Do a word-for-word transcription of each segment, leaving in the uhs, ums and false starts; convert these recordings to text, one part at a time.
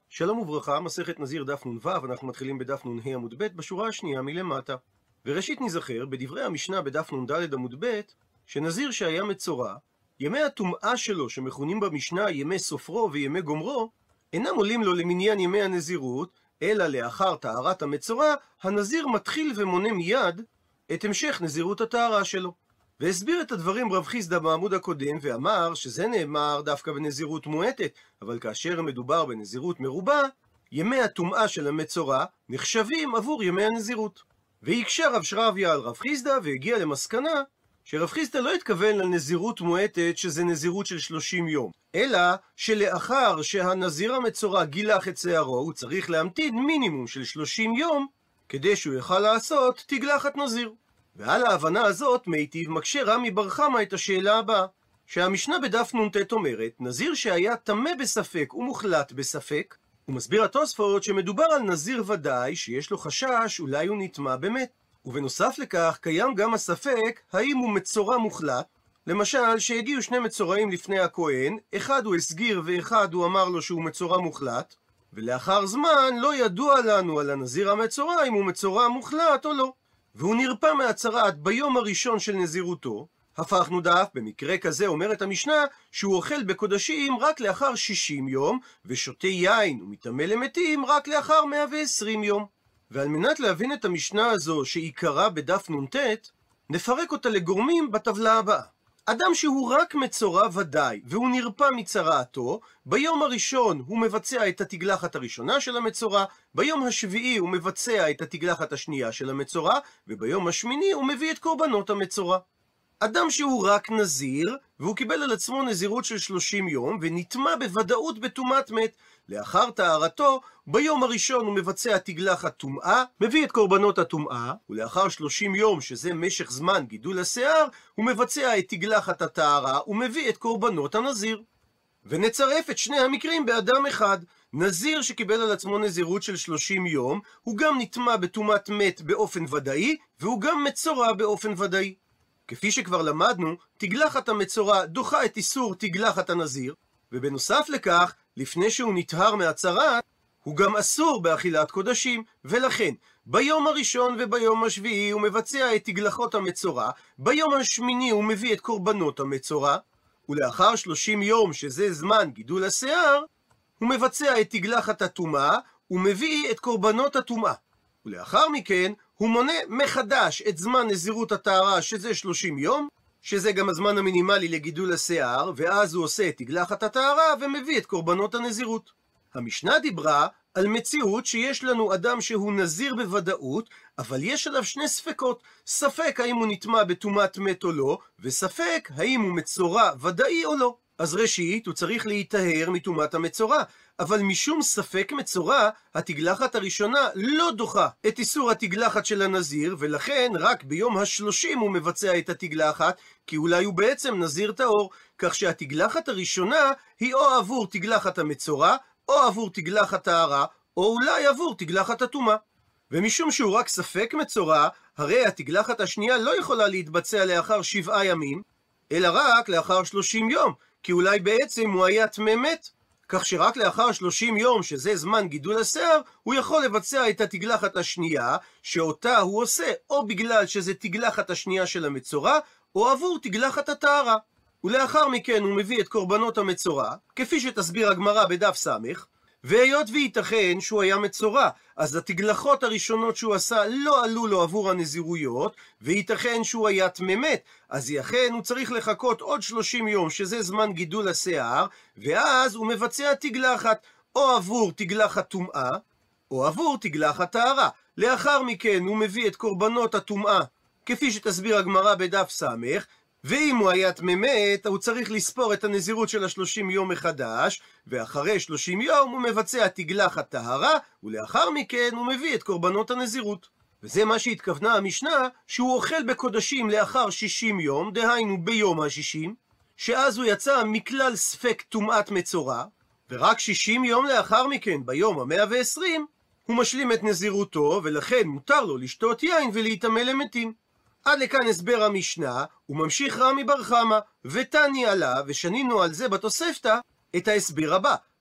שלום וברכה, מסכת נזיר דף נ"ו, אנחנו מתחילים בדף נ"ה עמוד ב' בשורה השנייה מלמטה. וראשית נזכר בדברי המשנה בדף נ"ד עמוד ב' שנזיר שהיה מצורע, ימי הטומאה שלו שמכונים במשנה ימי סופרו וימי גומרו, אינם עולים לו למניין ימי הנזירות, אלא לאחר טהרת המצורע, הנזיר מתחיל ומונה מיד את המשך נזירות הטהרה שלו. והסביר את הדברים רב חיסדא בעמוד הקודם, ואמר שזה נאמר דווקא בנזירות מועטת, אבל כאשר מדובר בנזירות מרובה, ימי הטומאה של המצורע נחשבים עבור ימי הנזירות. והקשה רב שרביה על רב חיסדא והגיע למסקנה שרב חיסדא לא התכוון לנזירות מועטת שזה נזירות של שלושים יום, אלא שלאחר שהנזיר המצורע גילח את שערו הוא צריך להמתין מינימום של שלושים יום כדי שהוא יוכל לעשות תגלחת נזיר. ועל ההבנה הזאת מיטיב מקשה רמי בר חמא את השאלה הבאה, שהמשנה בדף נ"ט אומרת נזיר שהיה טמא בספק ומוחלט בספק, ומסביר התוספות שמדובר על נזיר ודאי שיש לו חשש אולי הוא נטמא באמת, ובנוסף לכך קיים גם הספק האם הוא מצורע מוחלט. למשל שהגיעו שני מצורעים לפני הכהן, אחד הוא הסגיר ואחד הוא אמר לו שהוא מצורע מוחלט, ולאחר זמן לא ידוע לנו על הנזיר המצורע אם הוא מצורע מוחלט או לא, והוא נרפא מהצרעת ביום הראשון של נזירותו. הפכנו דף, במקרה כזה אומרת המשנה שהוא אוכל בקודשים רק לאחר שישים יום, ושותה יין ומטמא למתים רק לאחר מאה ועשרים יום. ועל מנת להבין את המשנה הזו שעיקרה בדף נ"ט, נפרק אותה לגורמים בטבלה הבאה. אדם שהוא רק מצורע ודאי והוא נרפא מצרעתו, ביום הראשון הוא מבצע את התגלחת הראשונה של המצורע, ביום השביעי הוא מבצע את התגלחת השנייה של המצורע, וביום השמיני הוא מביא את קורבנות המצורע. אדם שהוא רק נזיר והוא קיבל על עצמו נזירות של שלושים יום ונטמא בוודאות בטומאת מת, לאחר טהרתו ביום הראשון הוא מבצע תגלחת טומאה, מביא את קורבנות הטומאה, ולאחר שלושים יום שזה משך זמן גידול השיער הוא מבצע את תגלחת הטהרה ומביא את קורבנות הנזיר. ונצרף את שני המקרים באדם אחד. נזיר שקיבל על עצמו נזירות של שלושים יום הוא גם נטמא בטומאת מת באופן ודאי והוא גם מצורע באופן ודאי. כפי שכבר למדנו, תגלחת המצורע דוחה את איסור תגלחת הנזיר, ובנוסף לכך, לפני שהוא נטהר מהצרעת, הוא גם אסור באכילת קודשים, ולכן ביום הראשון וביום השביעי הוא מבצע את תגלחות המצורע, ביום השמיני הוא מביא את קורבנות המצורע, ולאחר שלושים יום שזה זמן גידול השיער, הוא מבצע את תגלחת הטומאה ומביא את קורבנות הטומאה. ולאחר מכן הוא מונה מחדש את זמן נזירות הטהרה שזה שלושים יום, שזה גם הזמן המינימלי לגידול השיער, ואז הוא עושה את תגלחת הטהרה ומביא את קורבנות הנזירות. המשנה דיברה על מציאות שיש לנו אדם שהוא נזיר בוודאות, אבל יש עליו שני ספקות, ספק האם הוא נטמא בטומאת מת או לא, וספק האם הוא מצורע ודאי או לא. אז ראשית הוא צריך להיטהר מטומאת המצורע, אבל משום ספק מצורע, התגלחת הראשונה לא דוחה את איסור התגלחת של הנזיר, ולכן רק ביום השלושים הוא מבצע את התגלחת, כי אולי הוא בעצם נזיר טהור, כך שהתגלחת הראשונה היא או עבור תגלחת המצורע, או עבור תגלחת טהרה, או אולי עבור תגלחת הטומאה. ומשום שהוא רק ספק מצורע, הרי התגלחת השנייה לא יכולה להתבצע לאחר שבעה ימים, אלא רק לאחר שלושים יום, כי אולי בעצם הוא היה טמא מת, כך שרק לאחר שלושים יום שזה זמן גידול השיער, הוא יכול לבצע את התגלחת השנייה, שאותה הוא עושה או בגלל שזה תגלחת השנייה של המצורע, או עבור תגלחת הטהרה. ולאחר מכן הוא מביא את קורבנות המצורע, כפי שתסביר הגמרא בדף סמך, והיות וייתכן שהוא היה מצורע, אז התגלחות הראשונות שהוא עשה לא עלו לו עבור הנזירויות, וייתכן שהוא היה טמא מת, אז יכן הוא צריך לחכות עוד שלושים יום שזה זמן גידול השיער, ואז הוא מבצע תגלחת או עבור תגלחת טומאה, או עבור תגלחת טהרה. לאחר מכן הוא מביא את קורבנות הטומאה, כפי שתסביר הגמרא בדף סמך, ואם הוא היה טמא מת, הוא צריך לספור את הנזירות של השלושים יום מחדש, ואחרי שלושים יום הוא מבצע תגלחת טהרה, ולאחר מכן הוא מביא את קורבנות הנזירות. וזה מה שהתכוונה המשנה, שהוא אוכל בקודשים לאחר שישים יום, דהיינו ביום השישים, שאז הוא יצא מכלל ספק טומאת מצורע, ורק שישים יום לאחר מכן, ביום המאה ועשרים, הוא משלים את נזירותו, ולכן מותר לו לשתות יין ולהיטמא למתים. עד לכאן הסבר המשנה, וממשיך רמי בר חמא, ותני עלה, ושנינו על זה בתוספתא, את ההסבר הבא.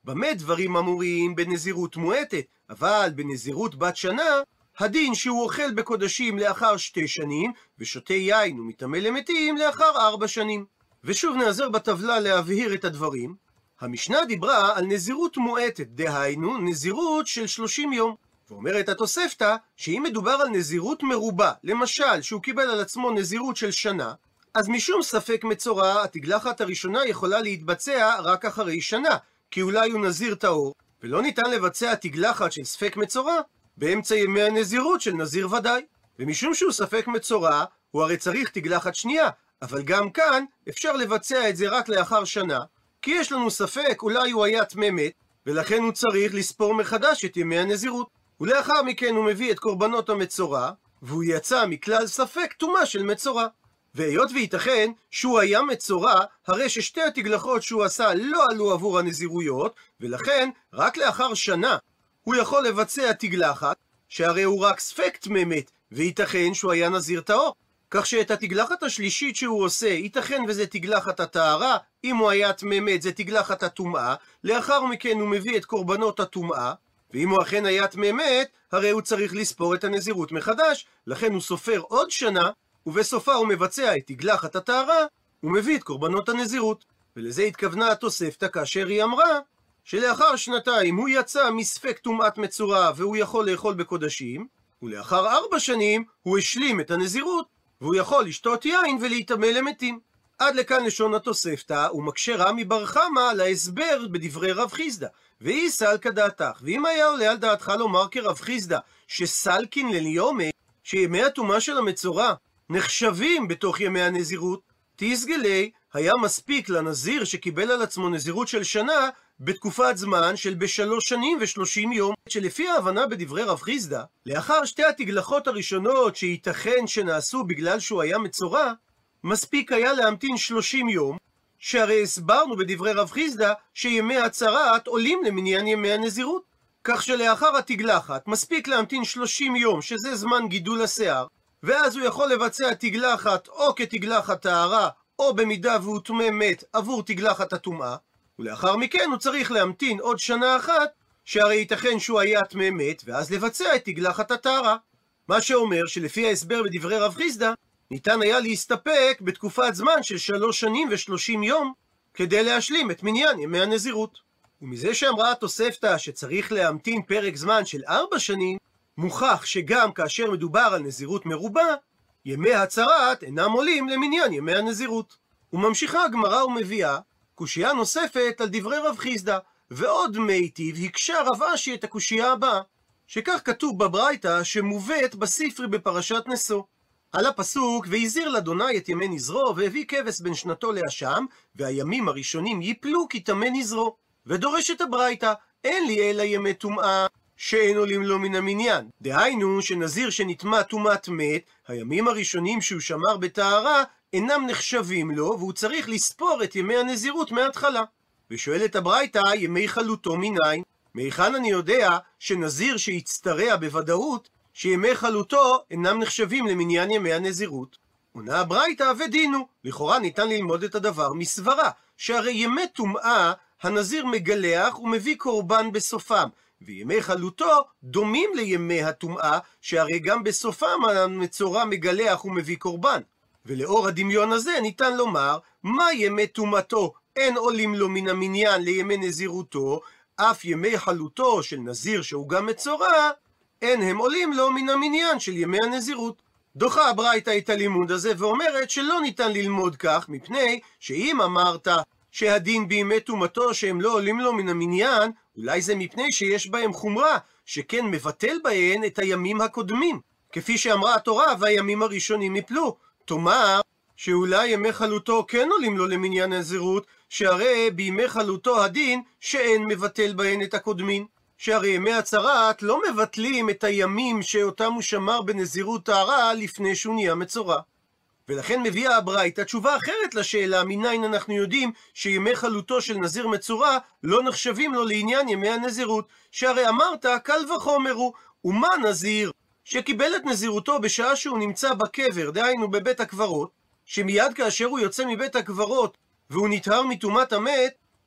במה דברים אמורים בנזירות מועטת, אבל בנזירות בת שנה, הדין שהוא אוכל בקודשים לאחר שתי שנים, ושותה יין ומטמא למתים לאחר ארבע שנים. ושוב נעזר בטבלה להבהיר את הדברים. המשנה דיברה על נזירות מועטת, דהיינו נזירות של שלושים יום. ואומרת התוספתא שאם מדובר על נזירות מרובה, למשל שהוא קיבל על עצמו נזירות של שנה, אז משום ספק מצורע, התגלחת הראשונה יכולה להתבצע רק אחרי שנה, כי אולי הוא נזיר טהור, ולא ניתן לבצע תגלחת של ספק מצורע באמצע ימי הנזירות של נזיר ודאי. ומשום שהוא ספק מצורע, הוא הרי צריך תגלחת שנייה, אבל גם כאן אפשר לבצע את זה רק לאחר שנה, כי יש לנו ספק אולי הוא היה טמא מת, ולכן הוא צריך לספור מחדש את ימי הנזירות. ולאחר מכן הוא מביא את קורבנות המצורע, והוא יצא מכלל ספק טומאה של מצורע. והיות וייתכן שהוא היה מצורע, הרי ששתי התגלחות שהוא עשה לא עלו עבור הנזירויות, ולכן רק לאחר שנה הוא יכול לבצע תגלחת, שהרי הוא רק ספק טמא מת, וייתכן שהוא היה נזיר טהור. כך שאת התגלחת השלישית שהוא עושה, ייתכן וזה תגלחת הטהרה, אם הוא היה טמא מת זה תגלחת הטומאה, לאחר מכן הוא מביא את קורבנות הטומאה, ואם הוא אכן היה טמא מת, הרי הוא צריך לספור את הנזירות מחדש, לכן הוא סופר עוד שנה, ובסופה הוא מבצע את תגלחת הטהרה, ומביא את קורבנות הנזירות. ולזה התכוונה התוספתא כאשר היא אמרה, שלאחר שנתיים הוא יצא מספק טומאת מצורע והוא יכול לאכול בקודשים, ולאחר ארבע שנים הוא השלים את הנזירות, והוא יכול לשתות יין ולהיטמא למתים. עד לכאן לשון התוספתא, ומקשה רמי בר חמא להסבר בדברי רב חיסדא. והיא סלקא דעתך, ואם היה עולה על דעתך לומר כרב חיסדא, שסלקין לליומי, שימי הטומאה של המצורע נחשבים בתוך ימי הנזירות, תסגלי, היה מספיק לנזיר שקיבל על עצמו נזירות של שנה, בתקופת זמן של בשלוש שנים ושלושים יום, שלפי ההבנה בדברי רב חיסדא, לאחר שתי התגלחות הראשונות שייתכן שנעשו בגלל שהוא היה מצורע, מספיק היה להמתין שלושים יום, שהרי הסברנו בדברי רב חיסדא שימי הצרעת עולים למניין ימי הנזירות. כך שלאחר התגלחת מספיק להמתין שלושים יום, שזה זמן גידול השיער, ואז הוא יכול לבצע תגלחת או כתגלחת טהרה, או במידה והוא טמא מת עבור תגלחת הטומאה, ולאחר מכן הוא צריך להמתין עוד שנה אחת, שהרי ייתכן שהוא היה טמא מת, ואז לבצע את תגלחת הטהרה. מה שאומר שלפי ההסבר בדברי רב חיסדא, ניתן היה להסתפק בתקופת זמן של שלוש שנים ושלושים יום, כדי להשלים את מניין ימי הנזירות. ומזה שאמרה התוספתא שצריך להמתין פרק זמן של ארבע שנים, מוכח שגם כאשר מדובר על נזירות מרובה, ימי הצרעת אינם עולים למניין ימי הנזירות. וממשיכה הגמרא ומביאה קושייה נוספת על דברי רב חיסדא, ועוד מיטיב הקשה רב אשי את הקושייה הבאה, שכך כתוב בברייתא שמובאת בספרי בפרשת נשוא. על הפסוק, והזהיר לאדוני את ימי נזרו, והביא כבש בין שנתו לאשם, והימים הראשונים ייפלו כי טמא נזרו. ודורשת הברייתא, אין לי אלא ימי טומאה, שאין עולים לו מן המניין. דהיינו שנזיר שנטמא טומאת מת, הימים הראשונים שהוא שמר בטהרה, אינם נחשבים לו, והוא צריך לספור את ימי הנזירות מההתחלה. ושואלת הברייתא, ימי חלוטו מניין? מהיכן אני יודע שנזיר שהצטרע בוודאות, שימי חלוטו אינם נחשבים למניין ימי הנזירות? עונה הברייתא, ודינו, לכאורה ניתן ללמוד את הדבר מסברה, שהרי ימי טומאה הנזיר מגלח ומביא קורבן בסופם, וימי חלוטו דומים לימי הטומאה, שהרי גם בסופם המצורע מגלח ומביא קורבן. ולאור הדמיון הזה ניתן לומר, מה ימי טומאתו אין עולים לו מן המניין לימי נזירותו, אף ימי חלוטו של נזיר שהוא גם מצורע, אין הם עולים לו מן המניין של ימי הנזירות. דוחה הברייתא את הלימוד הזה ואומרת שלא ניתן ללמוד כך, מפני שאם אמרת שהדין בימי טומאתו שהם לא עולים לו מן המניין, אולי זה מפני שיש בהם חומרה, שכן מבטל בהן את הימים הקודמים, כפי שאמרה התורה, והימים הראשונים יפלו. תאמר שאולי ימי חלוטו כן עולים לו למניין הנזירות, שהרי בימי חלוטו הדין שאין מבטל בהן את הקודמים, שהרי ימי הצרעת לא מבטלים את הימים שאותם הוא שמר בנזירות טהרה לפני שהוא נהיה מצורע. ולכן מביאה הברייתא תשובה אחרת לשאלה מניין אנחנו יודעים שימי חלוטו של נזיר מצורע לא נחשבים לו לעניין ימי הנזירות, שהרי אמרת קל וחומר הוא, ומה נזיר שקיבל את נזירותו בשעה שהוא נמצא בקבר, דהיינו בבית הקברות, שמיד כאשר הוא יוצא מבית הקברות והוא נטהר מטומאת המת,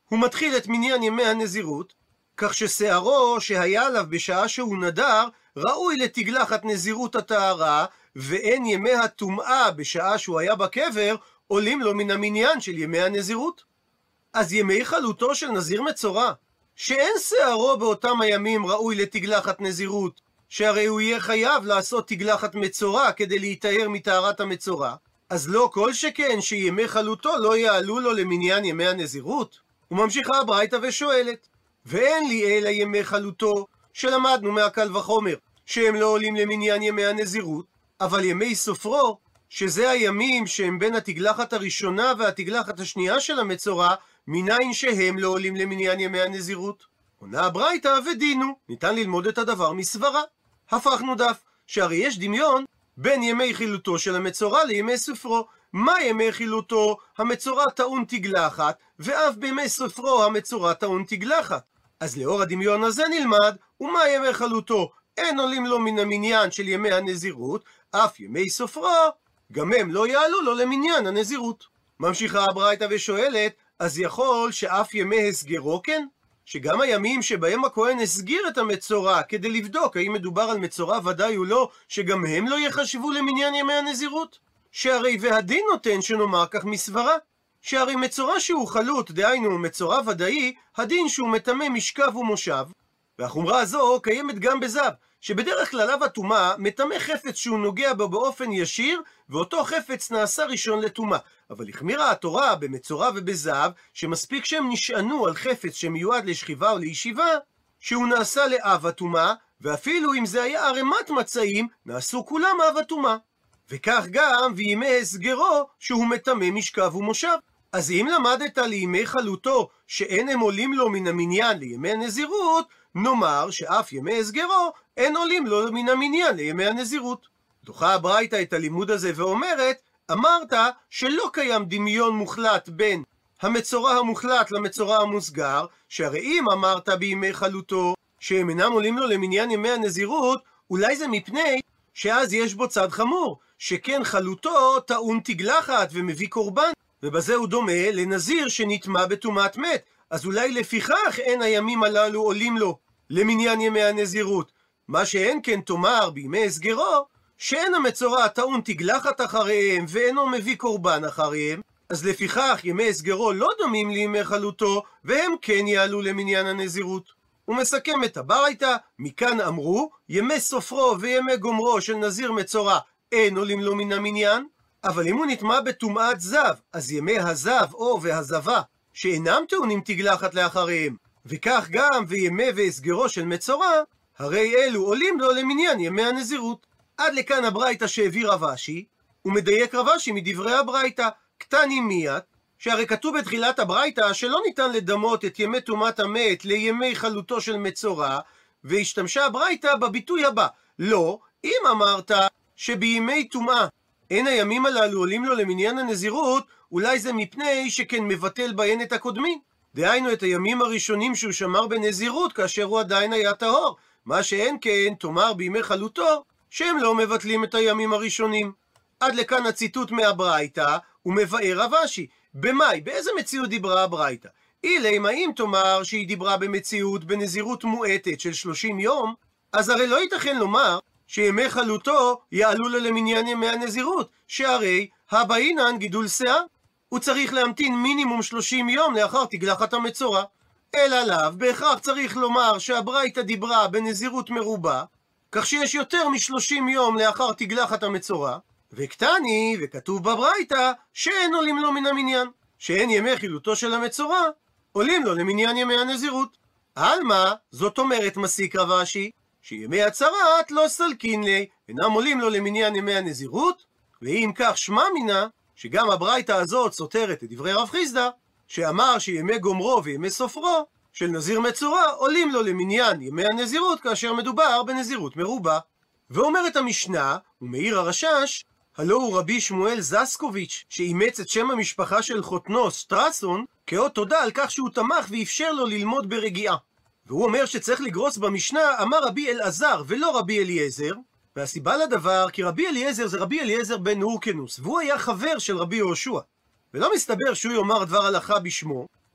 הוא מתחיל את מניין ימי הנזירות, כך ששערו שהיה עליו בשעה שהוא נדר, ראוי לתגלחת נזירות הטהרה, ואין ימי הטומאה בשעה שהוא היה בקבר, עולים לו מן המניין של ימי הנזירות. אז ימי חלוטו של נזיר מצורע, שאין שערו באותם הימים ראוי לתגלחת נזירות, שהרי הוא יהיה חייב לעשות תגלחת מצורע כדי להיטהר מטהרת המצורע, אז לא כל שכן שימי חלוטו לא יעלו לו למניין ימי הנזירות. וממשיכה הברייתא ושואלת, ואין לי אלא ימי חלוטו, שלמדנו מהקל וחומר, שהם לא עולים למניין ימי הנזירות, אבל ימי סופרו, שזה הימים שהם בין התגלחת הראשונה והתגלחת השנייה של המצורע, מניין שהם לא עולים למניין ימי הנזירות. עונה הברייתא ודינו, ניתן ללמוד את הדבר מסברה. הפכנו דף, שהרי יש דמיון בין ימי חילוטו של המצורע לימי סופרו. מה ימי חילוטו? המצורע טעון תגלחת, ואף בימי סופרו המצורע טעון תגלחת. אז לאור הדמיון הזה נלמד, ומה ימי חלוטו? אין עולים לו מן המניין של ימי הנזירות, אף ימי סופרו, גם הם לא יעלו לו למניין הנזירות. ממשיכה הברייתא ושואלת, אז יכול שאף ימי הסגרו כן? שגם הימים שבהם הכהן הסגיר את המצורע כדי לבדוק האם מדובר על מצורע ודאי או לא, שגם הם לא יחשבו למניין ימי הנזירות? שהרי והדין נותן שנאמר כך מסברה, שהרי מצורע שהוא חלוט, דהיינו מצורע ודאי, הדין שהוא מטמא משכב ומושב, והחומרה הזו קיימת גם בזב, שבדרך כלל אב הטומאה מטמא חפץ שהוא נוגע בו באופן ישיר, ואותו חפץ נעשה ראשון לטומאה. אבל החמירה התורה במצורע ובזב, שמספיק שהם נשענו על חפץ שמיועד לשכיבה או לישיבה, שהוא נעשה לאב הטומאה, ואפילו אם זה היה ערימת מצעים, נעשו כולם אב הטומאה. וכך גם וימי הסגרו, שהוא מטמא משכב ומושב. אז אם למדת לימי חלוטו, שאין הם עולים לו מן המניין לימי הנזירות, נאמר שאף ימי הסגרו, אין עולים לו מן המניין לימי הנזירות. דוחה הברייתא את הלימוד הזה ואומרת, אמרת שלא קיים דמיון מוחלט בין המצורע המוחלט למצורע המוסגר, שהרי אם אמרת בימי חלוטו שהם אינם עולים לו למניין ימי הנזירות, אולי זה מפני שאז יש בו צד חמור, שכן חלוטו טעון תגלחת ומביא קורבן, ובזה הוא דומה לנזיר שנטמא בטומאת מת, אז אולי לפיכך אין הימים הללו עולים לו למניין ימי הנזירות. מה שאין כן תאמר בימי הסגרו, שאין המצורע טעון תגלחת אחריהם ואינו מביא קורבן אחריהם, אז לפיכך ימי הסגרו לא דומים לימי חלוטו, והם כן יעלו למניין הנזירות. הוא מסכם את הברייתא, מכאן אמרו, ימי סופרו וימי גומרו של נזיר מצורע אין עולים לו מן המניין, אבל אם הוא נטמא בטומאת זב, אז ימי הזב או והזבה, שאינם טעונים תגלחת לאחריהם, וכך גם וימי והסגרו של מצורע, הרי אלו עולים לו למניין ימי הנזירות. עד לכאן הברייתא שהביא רב אשי, ומדייק רב אשי מדברי הברייתא, קטני מיד, שהרי כתוב בתחילת הברייתא שלא ניתן לדמות את ימי טומאת המת לימי חלוטו של מצורע, והשתמשה הברייתא בביטוי הבא, לא, אם אמרת שבימי טומאה אין הימים הללו עולים לו למניין הנזירות, אולי זה מפני שכן מבטל בהן את הקודמים, דהיינו את הימים הראשונים שהוא שמר בנזירות כאשר הוא עדיין היה טהור, מה שאין כן תאמר בימי חלוטו שהם לא מבטלים את הימים הראשונים. עד לכאן הציטוט מהברייתא, ומבאר רב אשי, במאי, באיזה מציאות דיברה הברייתא? אילם האם תאמר שהיא דיברה במציאות בנזירות מועטת של שלושים יום, אז הרי לא ייתכן לומר שימי חלוטו יעלו לו למניין ימי הנזירות, שהרי הבאינן גידול שיער, הוא צריך להמתין מינימום שלושים יום לאחר תגלחת המצורע. אלא לאו, בהכרח צריך לומר שהברייתא דיברה בנזירות מרובה, כך שיש יותר משלושים יום לאחר תגלחת המצורע, וקטני, וכתוב בברייתא, שאין עולים לו מן המניין, שאין ימי חילוטו של המצורע, עולים לו למניין ימי הנזירות. עלמא, זאת אומרת מסיק רב אשי, שימי הצרת לא סלקין לי, אינם עולים לו למניין ימי הנזירות, ואם כך שמע מינה, שגם הברייתא הזאת סותרת את דברי רב חיסדא, שאמר שימי גומרו וימי סופרו של נזיר מצורע עולים לו למניין ימי הנזירות כאשר מדובר בנזירות מרובה. ואומרת המשנה, ומאיר הרשש, הלא הוא רבי שמואל זסקוביץ' שאימץ את שם המשפחה של חותנו סטרסון כאות תודה על כך שהוא תמך ואפשר לו ללמוד ברגיעה. והוא אומר שצריך לגרוס במשנה, אמר רבי אלעזר ולא רבי אליעזר, והסיבה לדבר כי רבי אליעזר זה רבי אליעזר בן הורקנוס, והוא היה חבר של רבי יהושע, ולא מסתבר שהוא יאמר דבר הלכה בשמו,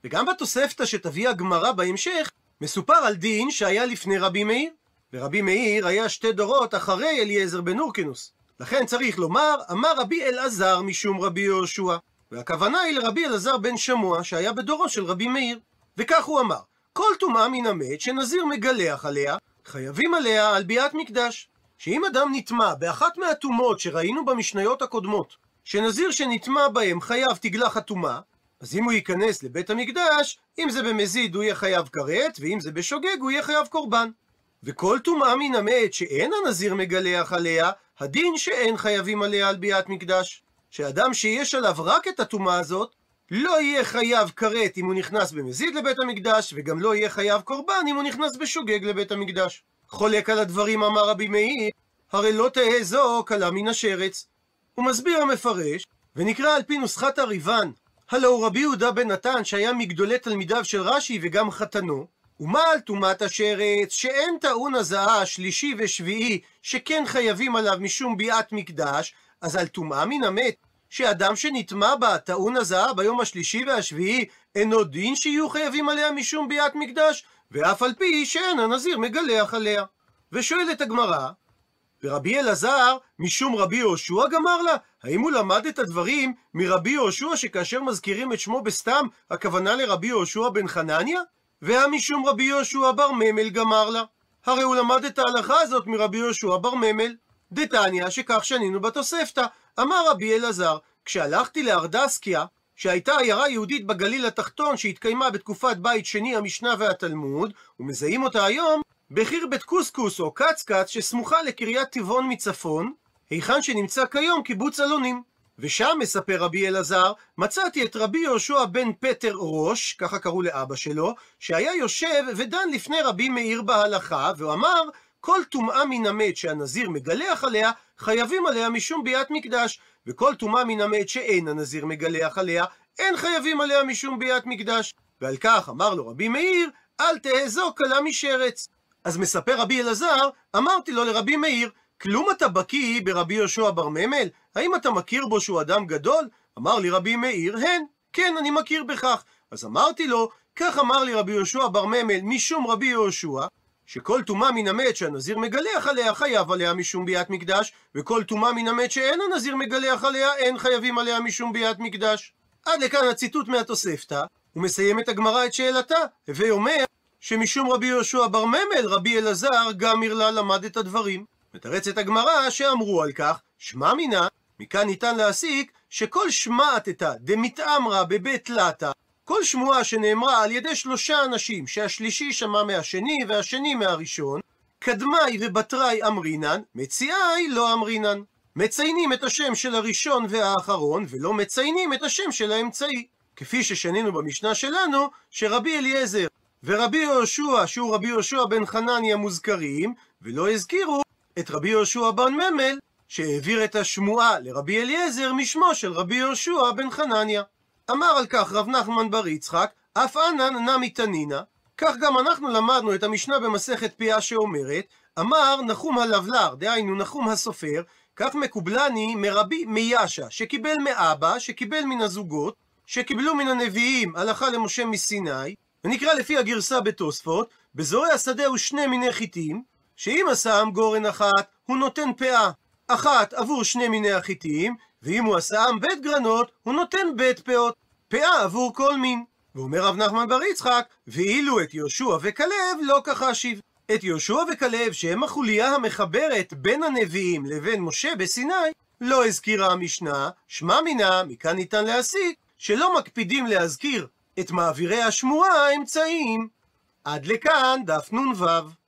וגם בתוספתא שתביא הגמרא בהמשך, מסופר על דין שהיה לפני רבי מאיר. ורבי מאיר היה שתי דורות אחרי אליעזר בן הורקנוס. לכן צריך לומר, אמר רבי אלעזר משום רבי יהושע. והכוונה היא לרבי אלעזר בן שמוע, שהיה בדורו של רבי מאיר. וכך הוא אמר, כל טומאה מן המת שנזיר מגלח עליה, חייבים עליה על ביאת מקדש. שאם אדם נטמא באחת מהטומאות שראינו במשניות הקודמות, שנזיר שנטמא בהם חייב תגלח הטומאה, אז אם הוא ייכנס לבית המקדש, אם זה במזיד הוא יהיה חייב כרת, ואם זה בשוגג הוא יהיה חייב קורבן. וכל טומאה מן המת שאין הנזיר מגלח עליה, הדין שאין חייבים עליה על ביאת מקדש. שאדם שיש עליו רק את הטומאה הזאת, לא יהיה חייב כרת אם הוא נכנס במזיד לבית המקדש, וגם לא יהיה חייב קורבן אם הוא נכנס בשוגג לבית המקדש. חולק על הדברים אמר רבי מאיר, הרי לא תהא זו קלה מן השרץ. הוא מסביר המפרש, ונקרא על פי נוסחת הריבן, הלא הוא רבי יהודה בן נתן שהיה מגדולי תלמידיו של רש"י וגם חתנו, ומה על טומאת השרץ שאין טעון הזעה שלישי ושביעי שכן חייבים עליו משום ביאת מקדש, אז על טומאה מן המת שאדם שנטמא בה טעון הזעה ביום השלישי והשביעי אינו דין שיהיו חייבים עליה משום ביאת מקדש, ואף על פי שאין הנזיר מגלח עליה. ושואלת הגמרא, ורבי אלעזר משום רבי יהושע גמר לה? האם הוא למד את הדברים מרבי יהושע שכאשר מזכירים את שמו בסתם הכוונה לרבי יהושע בן חנניה? והמשום רבי יהושע בר ממל גמר לה? הרי הוא למד את ההלכה הזאת מרבי יהושע בר ממל. דתניא שכך שנינו בתוספתא, אמר רבי אלעזר, כשהלכתי לארדסקיה, שהייתה עיירה יהודית בגליל התחתון שהתקיימה בתקופת בית שני המשנה והתלמוד, ומזהים אותה היום בחיר בית קוסקוס או קצקץ שסמוכה לקריית טבעון מצפון, היכן שנמצא כיום קיבוץ אלונים. ושם, מספר רבי אלעזר, מצאתי את רבי יהושע בן פטר ראש, ככה קראו לאבא שלו, שהיה יושב ודן לפני רבי מאיר בהלכה, והוא אמר, כל טומאה מן המת שהנזיר מגלח עליה, חייבים עליה משום ביאת מקדש, וכל טומאה מן המת שאין הנזיר מגלח עליה, אין חייבים עליה משום ביאת מקדש. ועל כך אמר לו רבי מאיר, אל תהא זו קלה משרץ. אז מספר רבי אלעזר, אמרתי לו לרבי מאיר, כלום אתה בקיא ברבי יהושע בר ממל? האם אתה מכיר בו שהוא אדם גדול? אמר לי רבי מאיר, הן, כן, אני מכיר בכך. אז אמרתי לו, כך אמר לי רבי יהושע בר ממל משום רבי יהושע, שכל טומאה מן המת שהנזיר מגלח עליה חייב עליה משום ביאת מקדש, וכל טומאה מן המת שאין הנזיר מגלח עליה אין חייבים עליה משום ביאת מקדש. עד לכאן הציטוט מהתוספתא, ומסיים את הגמרא את שאלתה, הווי אומר שמשום רבי יהושע בר ממל רבי אלעזר גם מרלה למד את הדברים. מתרצת הגמרא שאמרו על כך, שמע מינה, מכאן ניתן להסיק שכל שמעתתא דמתאמרא בבית לטא, כל שמועה שנאמרה על ידי שלושה אנשים, שהשלישי שמע מהשני והשני מהראשון, קדמאי ובתראי אמרינן, מציאי לא אמרינן. מציינים את השם של הראשון והאחרון, ולא מציינים את השם של האמצעי. כפי ששנינו במשנה שלנו, שרבי אליעזר ורבי יהושע, שהוא רבי יהושע בן חנניה, מוזכרים, ולא הזכירו את רבי יהושע בן ממל, שהעביר את השמועה לרבי אליעזר משמו של רבי יהושע בן חנניה. אמר על כך רב נחמן בר יצחק, אף אנן נמי תנינא, כך גם אנחנו למדנו את המשנה במסכת פיה שאומרת, אמר נחום הלבלר, דהיינו נחום הסופר, כך מקובלני מרבי מיאשה, שקיבל מאבא, שקיבל מן הזוגות, שקיבלו מן הנביאים הלכה למשה מסיני, ונקרא לפי הגרסה בתוספות, בזורע השדה הוא שני מיני חיטים, שאם עשה עם גורן אחת, הוא נותן פאה אחת עבור שני מיני החיטים, ואם הוא עשה עם בית גרנות, הוא נותן בית פאות, פאה עבור כל מין. ואומר רב נחמן בר יצחק, ואילו את יהושע וכלב לא כחשיב. את יהושע וכלב, שהם החוליה המחברת בין הנביאים לבין משה בסיני, לא הזכירה המשנה, שמע מינה, מכאן ניתן להסיק, שלא מקפידים להזכיר את מעבירי השמועה האמצעיים. עד לכאן דף נ"ו.